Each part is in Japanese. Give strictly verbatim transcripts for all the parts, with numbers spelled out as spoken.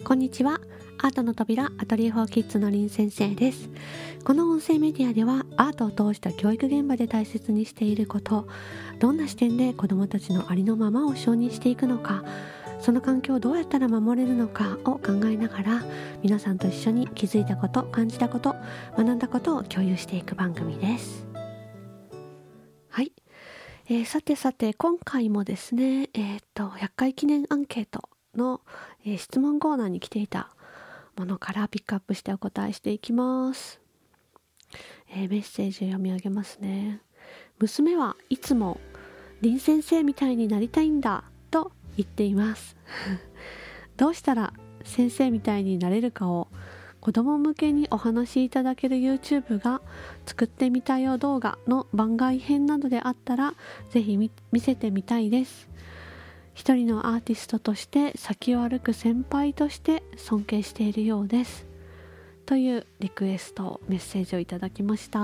こんにちは。アートの扉アトリエフォーキッズの林先生です。この音声メディアではアートを通した教育現場で大切にしていること、どんな視点で子どもたちのありのままを承認していくのか、その環境をどうやったら守れるのかを考えながら、皆さんと一緒に気づいたこと、感じたこと、学んだことを共有していく番組です。はい、えー、さてさて今回もですね、えー、っとひゃっかい記念アンケートの、えー、質問コーナーに来ていたものからピックアップしてお答えしていきます。えー、メッセージを読み上げますね。娘はいつも林先生みたいになりたいんだと言っていますどうしたら先生みたいになれるかを子供向けにお話しいただける YouTube が作ってみたよ動画の番外編などであったらぜひ 見, 見せてみたいです。一人のアーティストとして先を歩く先輩として尊敬しているようですというリクエストメッセージをいただきました。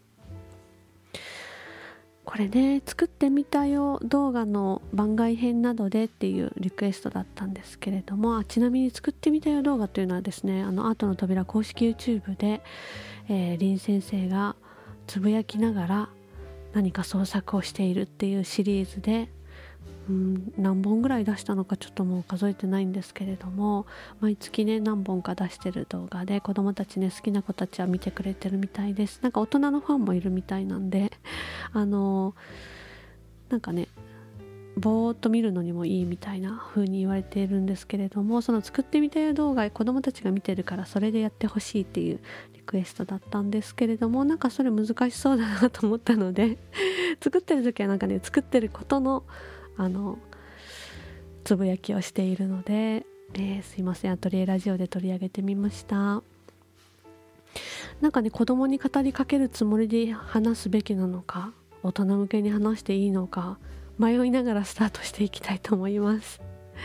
これね、作ってみたよ動画の番外編などでっていうリクエストだったんですけれども、ちなみに作ってみたよ動画というのはですね、あのアートの扉公式 YouTube で、えー、林先生がつぶやきながら何か創作をしているっていうシリーズで、うん、何本ぐらい出したのかちょっともう数えてないんですけれども、毎月ね何本か出してる動画で子どもたちね、好きな子たちは見てくれてるみたいです。なんか大人のファンもいるみたいなんであのなんかねぼーっと見るのにもいいみたいな風に言われているんですけれども、その作ってみたよ動画子どもたちが見てるからそれでやってほしいっていうリクエストだったんですけれども、なんかそれ難しそうだなと思ったので作ってる時はなんかね作ってることのあのつぶやきをしているので、えー、すいません、アトリエラジオで取り上げてみました。なんかね子供に語りかけるつもりで話すべきなのか、大人向けに話していいのか迷いながらスタートしていきたいと思います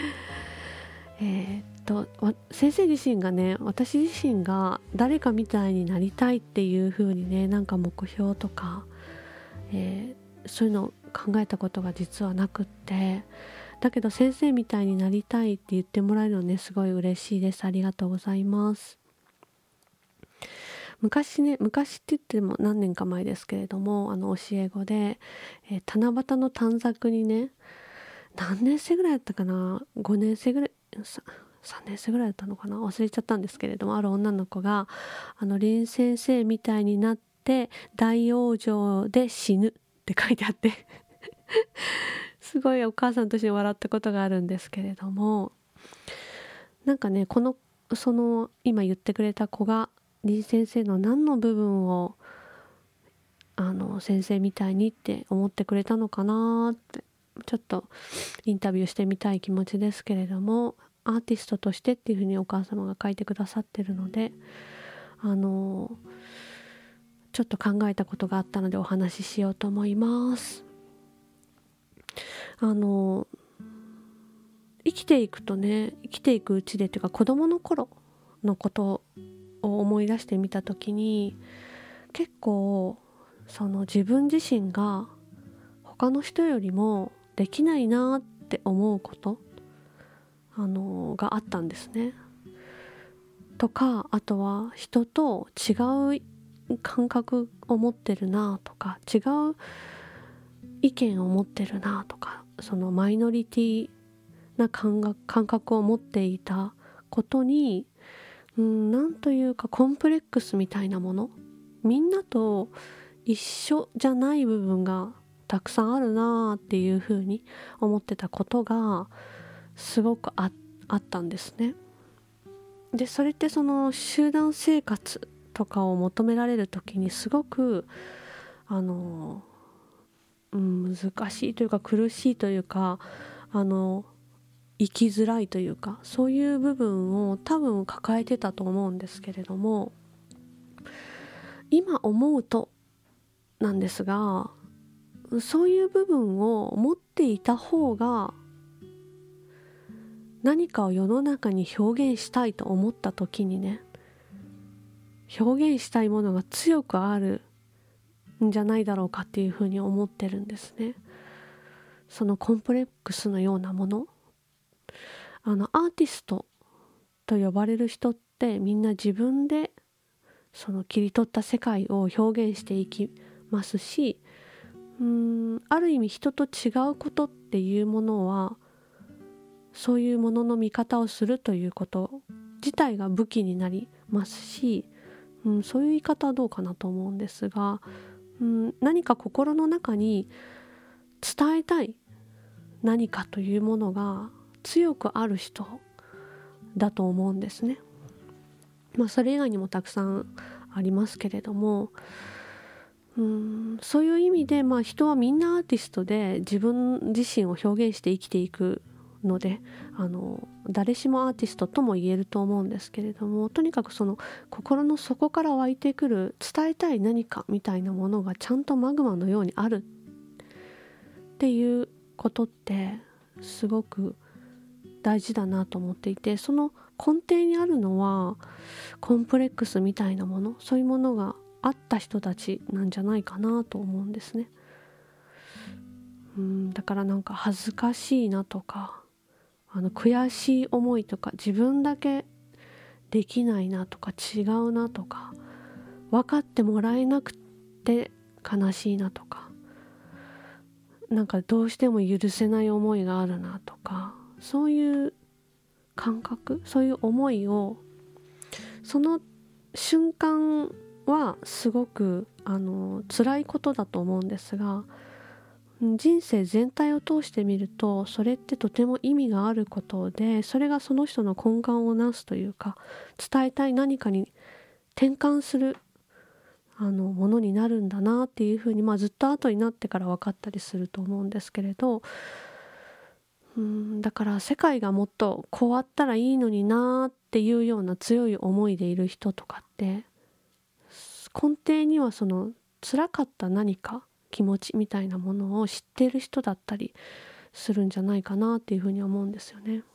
えっと先生自身がね、私自身が誰かみたいになりたいっていう風にね、なんか目標とか、えー、そういうのを考えたことが実はなくって、だけど先生みたいになりたいって言ってもらえるのね、すごい嬉しいです。ありがとうございます。昔ね、昔って言っても何年か前ですけれども、あの教え子で、えー、七夕の短冊にね、何年生ぐらいだったかな、ごねん生ぐらい、さんねん生ぐらいだったのかな、忘れちゃったんですけれども、ある女の子があの林先生みたいになって大往生で死ぬって書いてあってすごいお母さんとして笑ったことがあるんですけれども、なんかね、このその今言ってくれた子が林先生の何の部分をあの先生みたいにって思ってくれたのかなって、ちょっとインタビューしてみたい気持ちですけれども、アーティストとしてっていうふうにお母様が書いてくださってるので、あのちょっと考えたことがあったのでお話ししようと思います。あの生きていくとね、生きていくうちでっていうか子供の頃のことを思い出してみたときに、結構その自分自身が他の人よりもできないなって思うことあのがあったんですね。とか、あとは人と違う感覚を持ってるなとか、違う意見を持ってるなとか、そのマイノリティな感覚、感覚を持っていたことに、うん、なんというかコンプレックスみたいなもの、みんなと一緒じゃない部分がたくさんあるなっていうふうに思ってたことがすごく あ, あったんですね。でそれってその集団生活とかを求められる時にすごくあの、うん、難しいというか苦しいというか、あの生きづらいというか、そういう部分を多分抱えてたと思うんですけれども、今思うとなんですが、そういう部分を持っていた方が何かを世の中に表現したいと思った時にね、表現したいものが強くあるんじゃないだろうかっていうふうに思ってるんですね。そのコンプレックスのようなもの、あのアーティストと呼ばれる人ってみんな自分でその切り取った世界を表現していきますし、うーんある意味人と違うことっていうものはそういうものの見方をするということ自体が武器になりますし、うん、そういう言い方はどうかなと思うんですが、うん、何か心の中に伝えたい何かというものが強くある人だと思うんですね。まあそれ以外にもたくさんありますけれども、うーんそういう意味で、まあ、人はみんなアーティストで自分自身を表現して生きていくので、あの誰しもアーティストとも言えると思うんですけれども、とにかくその心の底から湧いてくる伝えたい何かみたいなものがちゃんとマグマのようにあるっていうことってすごく大事だなと思っていて、その根底にあるのはコンプレックスみたいなもの、そういうものがあった人たちなんじゃないかなと思うんですね。うんだからなんか恥ずかしいなとか、あの悔しい思いとか、自分だけできないなとか違うなとか、分かってもらえなくて悲しいなとか、なんかどうしても許せない思いがあるなとか、そういう感覚、そういう思いをその瞬間はすごくあの辛いことだと思うんですが、人生全体を通してみるとそれってとても意味があることで、それがその人の根幹をなすというか、伝えたい何かに転換するあのものになるんだなっていうふうに、まあ、ずっと後になってから分かったりすると思うんですけれど、うんだから世界がもっとこうあったらいいのになっていうような強い思いでいる人とかって、根底にはその辛かった何か気持ちみたいなものを知っている人だったりするんじゃないかなっていうふうに思うんですよね。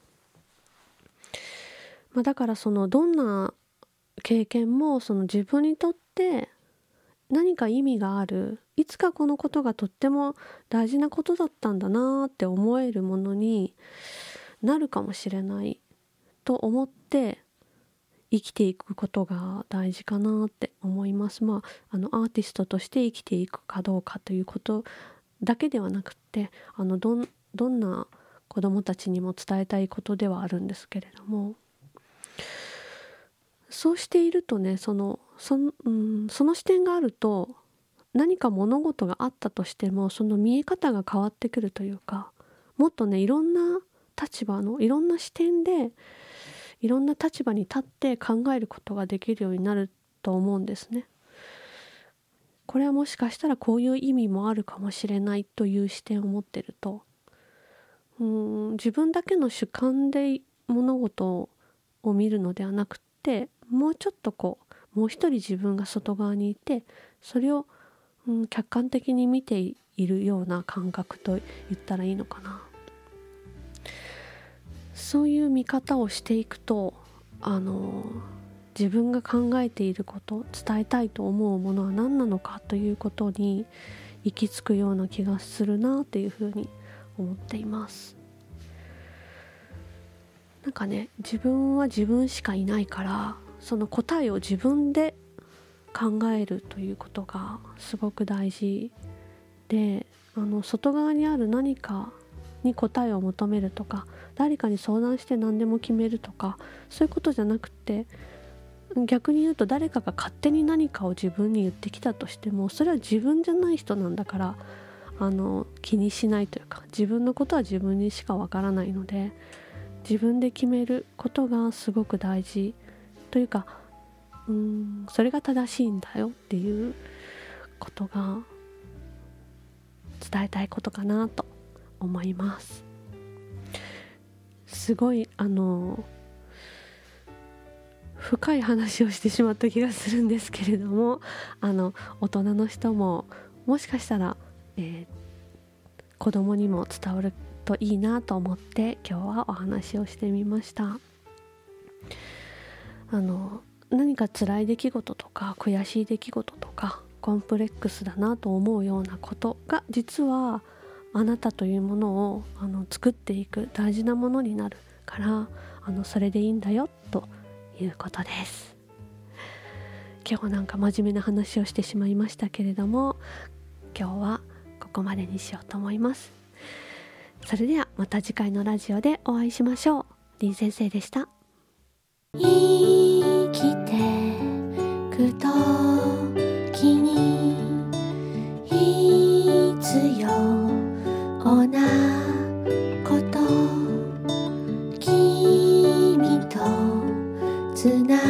まあ、だからそのどんな経験もその自分にとって何か意味がある、いつかこのことがとっても大事なことだったんだなって思えるものになるかもしれないと思って生きていくことが大事かなって思います。まあ、あのアーティストとして生きていくかどうかということだけではなくて、あのどん、どんな子どもたちにも伝えたいことではあるんですけれども、そうしているとね、その、その、うん、その視点があると何か物事があったとしてもその見え方が変わってくるというか、もっとねいろんな立場のいろんな視点でいろんな立場に立って考えることができるようになると思うんですね。これはもしかしたらこういう意味もあるかもしれないという視点を持ってると、うーん自分だけの主観で物事を見るのではなくて、もうちょっとこうもう一人自分が外側にいて、それを、うん、客観的に見ているような感覚と言ったらいいのかな。そういう見方をしていくと、あの自分が考えていること、伝えたいと思うものは何なのかということに行き着くような気がするなというふうに思っています。なんかね、自分は自分しかいないから、その答えを自分で考えるということがすごく大事で、あの外側にある何かに答えを求めるとか、誰かに相談して何でも決めるとか、そういうことじゃなくて、逆に言うと誰かが勝手に何かを自分に言ってきたとしても、それは自分じゃない人なんだから、あの気にしないというか、自分のことは自分にしかわからないので、自分で決めることがすごく大事というか、うーんそれが正しいんだよっていうことが伝えたいことかなと思います。すごいあの深い話をしてしまった気がするんですけれども、あの大人の人ももしかしたら、えー、子供にも伝わるといいなと思って今日はお話をしてみました。あの何か辛い出来事とか悔しい出来事とかコンプレックスだなと思うようなことが、実はあなたというものをあの作っていく大事なものになるから、 あのそれでいいんだよということです。今日なんか真面目な話をしてしまいましたけれども、今日はここまでにしようと思います。それではまた次回のラジオでお会いしましょう。林先生でした。生きてくときに必要なこと、君とつな